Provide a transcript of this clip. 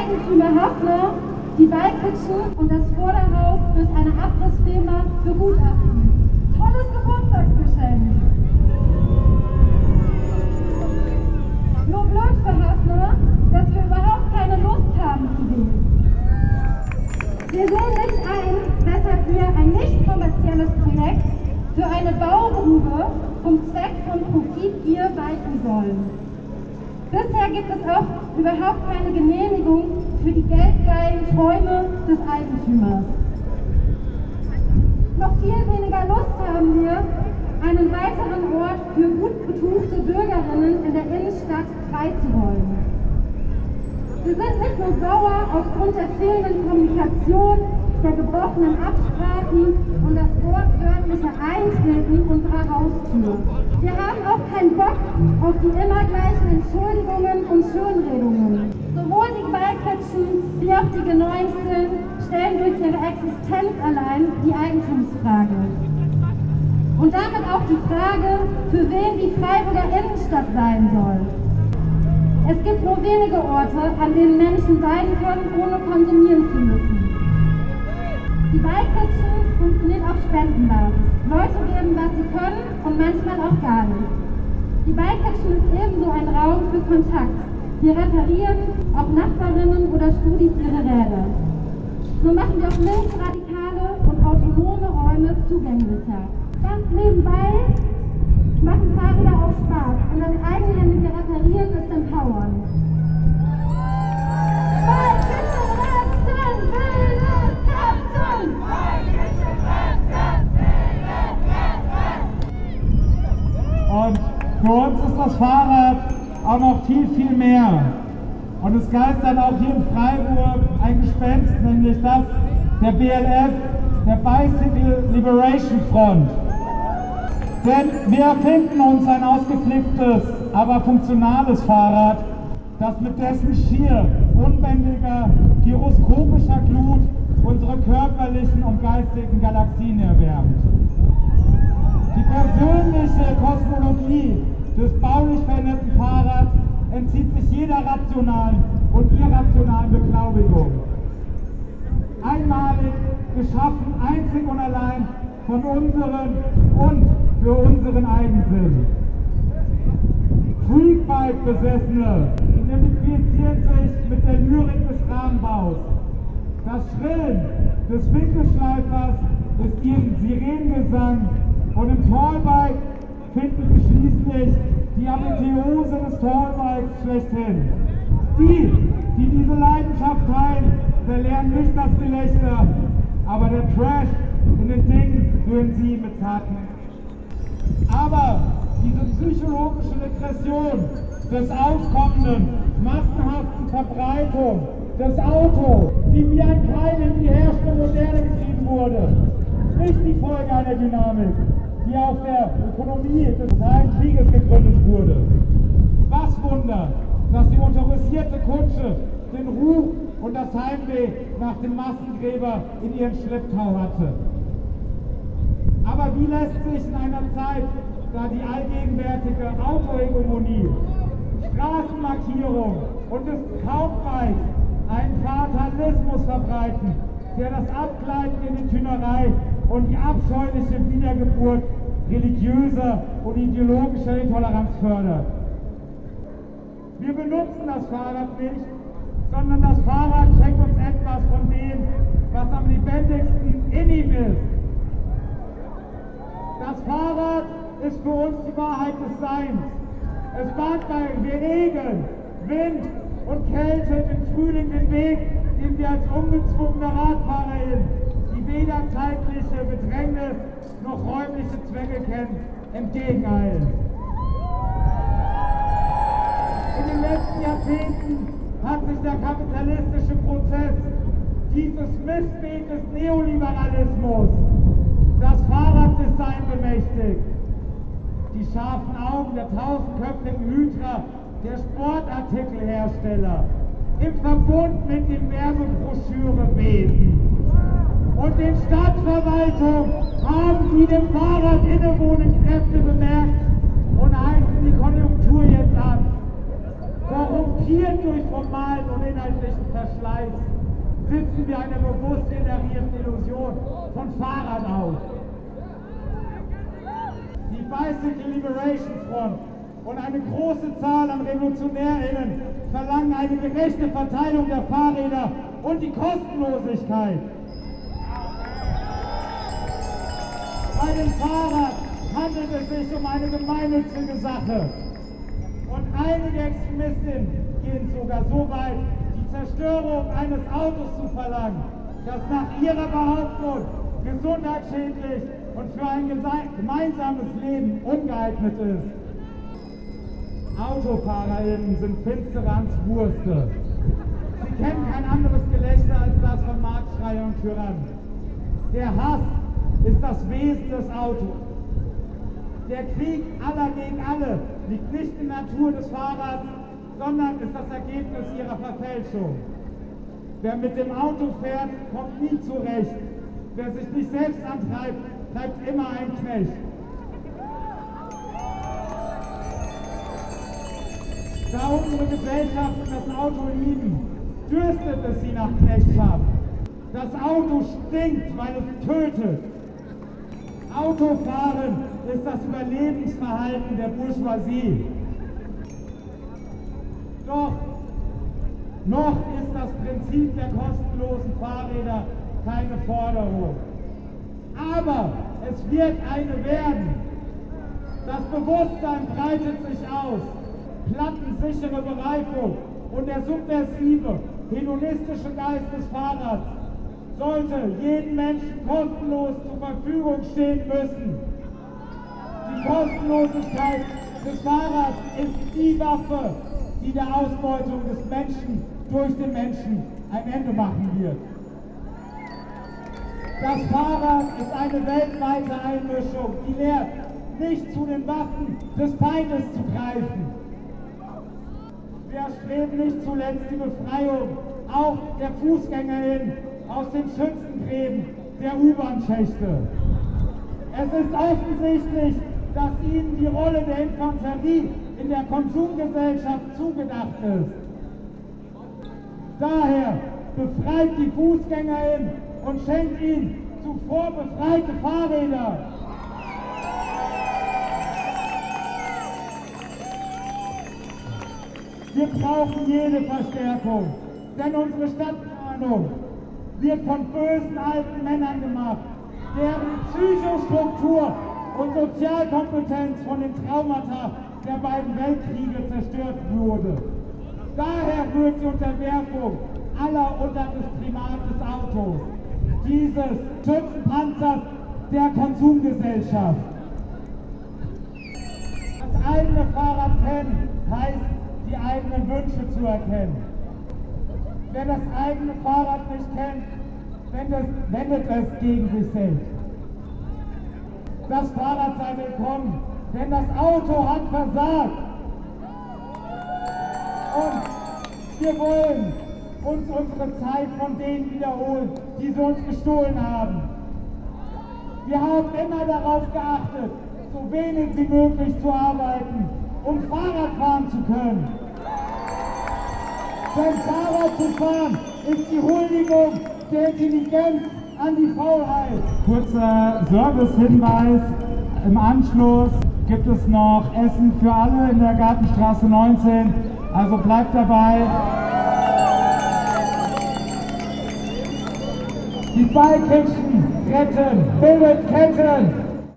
Eigentümer Hafner die Bikekitchen und das Vorderhaus durch eine Abrissfirma begutachten. Tolles Geburtstagsgeschenk! Nur blöd für Hafner, dass wir überhaupt keine Lust haben zu gehen. Wir sehen nicht ein, weshalb wir ein nicht kommerzielles Projekt für eine Baugrube zum Zweck von Profitgier weichen sollen. Bisher gibt es auch überhaupt keine Genehmigung für die geldgeilen Träume des Eigentümers. Noch viel weniger Lust haben wir, einen weiteren Ort für gut betuchte Bürgerinnen in der Innenstadt freizuräumen. Wir sind nicht nur sauer aufgrund der fehlenden Kommunikation, der gebrochenen Absprachen und das wortwörtliche Eintreten unserer Haustür. Wir haben auch keinen Bock auf die immer gleichen Entschuldigungen und Schönredungen. Sowohl die Bikekitchen wie auch die G19 stellen durch ihre Existenz allein die Eigentumsfrage. Und damit auch die Frage, für wen die Freiburger Innenstadt sein soll. Es gibt nur wenige Orte, an denen Menschen sein können, ohne konsumieren zu müssen. Die Bikekitchen funktioniert auf Spendenbasis. Leute geben, was sie können und manchmal auch gar nicht. Die Bikekitchen ist ebenso ein Raum für Kontakt. Wir reparieren auch Nachbarinnen oder Studis ihre Räder. So machen wir auch linksradikale und autonome Räume zugänglicher. Ganz nebenbei machen Fahrräder auch Spaß und das eigenhändige Reparieren ist empowern. Und für uns ist das Fahrrad auch noch viel, viel mehr. Und es geistert auch hier in Freiburg ein Gespenst, nämlich das der BLF, der Bicycle Liberation Front. Denn wir erfinden uns ein ausgeflipptes, aber funktionales Fahrrad, das mit dessen schier unbändiger, gyroskopischer Glut unsere körperlichen und geistigen Galaxien erwärmt. Die persönliche Kosmologie des baulich veränderten Fahrrads entzieht sich jeder rationalen und irrationalen Beglaubigung. Einmalig geschaffen, einzig und allein von unseren und für unseren Eigensinn. Freakbike-Besessene identifizieren sich mit der Lyrik des Rahmenbaus. Das Schrillen des Winkelschleifers ist ihr Sirenengesang und im Tallbike finden Sie schließlich die Apotheose des Tallbikes schlechthin. Die diese Leidenschaft teilen, verlernen nicht das Gelächter, aber der Trash in den Dingen hören Sie mit zarten. Aber diese psychologische Regression des aufkommenden, massenhaften Verbreitung des Autos, die wie ein Keil in die herrschende Moderne getrieben wurde, nicht die Folge einer Dynamik, die auf der Ökonomie des Kalten Krieges gegründet wurde. Was Wunder, dass die motorisierte Kutsche den Ruf und das Heimweh nach dem Massengräber in ihren Schlepptau hatte. Aber wie lässt sich in einer Zeit, da die allgegenwärtige Autohegemonie, Straßenmarkierung und des Kaufbikes einen Fatalismus verbreiten, der das Abgleiten in die Tünerei und die abscheuliche Wiedergeburt religiöser und ideologischer Intoleranz fördert. Wir benutzen das Fahrrad nicht, sondern das Fahrrad schenkt uns etwas von dem, was am lebendigsten in ihm ist. Das Fahrrad ist für uns die Wahrheit des Seins. Es bahnt bei Regen, Wind und Kälte im Frühling den Weg, den wir als ungezwungene RadfahrerInnen, die weder zeitliche Bedrängnis noch räumliche Zwänge kennen, entgegeneilen. In den letzten Jahrzehnten hat sich der kapitalistische Prozess dieses Mistbeet des Neoliberalismus, das Fahrraddesign, bemächtigt. Die scharfen Augen der tausendköpfigen Hydra der Sportartikelhersteller im Verbund mit dem Werbebroschürewesen und den Stadtverwaltungen haben die dem Fahrrad innewohnenden Kräfte bemerkt und heizen die Konjunktur jetzt ab. Korrumpiert durch formalen und inhaltlichen Verschleiß sitzen wir einer bewusst generierten Illusion von Fahrrad auf. Die Bicycle Liberation Front und eine große Zahl an RevolutionärInnen verlangen eine gerechte Verteilung der Fahrräder und die Kostenlosigkeit. Bei dem Fahrrad handelt es sich um eine gemeinnützige Sache. Und einige Extremistinnen gehen sogar so weit, die Zerstörung eines Autos zu verlangen, das nach ihrer Behauptung gesundheitsschädlich und für ein gemeinsames Leben ungeeignet ist. AutofahrerInnen sind finstere Answurste. Sie kennen kein anderes Gelächter als das von Marktschreiern und Tyrannen. Der Hass ist das Wesen des Autos. Der Krieg aller gegen alle liegt nicht in der Natur des Fahrrads, sondern ist das Ergebnis ihrer Verfälschung. Wer mit dem Auto fährt, kommt nie zurecht. Wer sich nicht selbst antreibt, bleibt immer ein Knecht. Da unsere Gesellschaften das Auto lieben, dürstet es sie nach Knechtschaft. Das Auto stinkt, weil es tötet. Autofahren ist das Überlebensverhalten der Bourgeoisie. Doch noch ist das Prinzip der kostenlosen Fahrräder keine Forderung. Aber es wird eine werden. Das Bewusstsein breitet sich aus. Plattensichere Bereifung und der subversive, hedonistische Geist des Fahrrads sollte jedem Menschen kostenlos zur Verfügung stehen müssen. Die Kostenlosigkeit des Fahrrads ist die Waffe, die der Ausbeutung des Menschen durch den Menschen ein Ende machen wird. Das Fahrrad ist eine weltweite Einmischung, die lehrt, nicht zu den Waffen des Feindes zu greifen. Wir erstreben nicht zuletzt die Befreiung auch der FußgängerInnen aus den Schützengräben der U-Bahn-Schächte. Es ist offensichtlich, dass ihnen die Rolle der Infanterie in der Konsumgesellschaft zugedacht ist. Daher befreit die FußgängerInnen und schenkt ihnen zuvor befreite Fahrräder. Wir brauchen jede Verstärkung, denn unsere Stadtplanung wird von bösen alten Männern gemacht, deren Psychostruktur und Sozialkompetenz von den Traumata der beiden Weltkriege zerstört wurde. Daher rührt die Unterwerfung aller unter das Primat des Autos, dieses Schützenpanzers der Konsumgesellschaft. Das eigene Fahrrad kennen heißt, die eigenen Wünsche zu erkennen. Wer das eigene Fahrrad nicht kennt, wendet es gegen sich selbst. Das Fahrrad sei willkommen, denn das Auto hat versagt. Und wir wollen uns unsere Zeit von denen wiederholen, die sie uns gestohlen haben. Wir haben immer darauf geachtet, so wenig wie möglich zu arbeiten, um Fahrrad fahren zu können. Denn Fahrrad zu fahren ist die Huldigung der Intelligenz an die Faulheit. Kurzer Servicehinweis: Im Anschluss gibt es noch Essen für alle in der Gartenstraße 19, also bleibt dabei. Die Bikischen retten, bildet Ketten!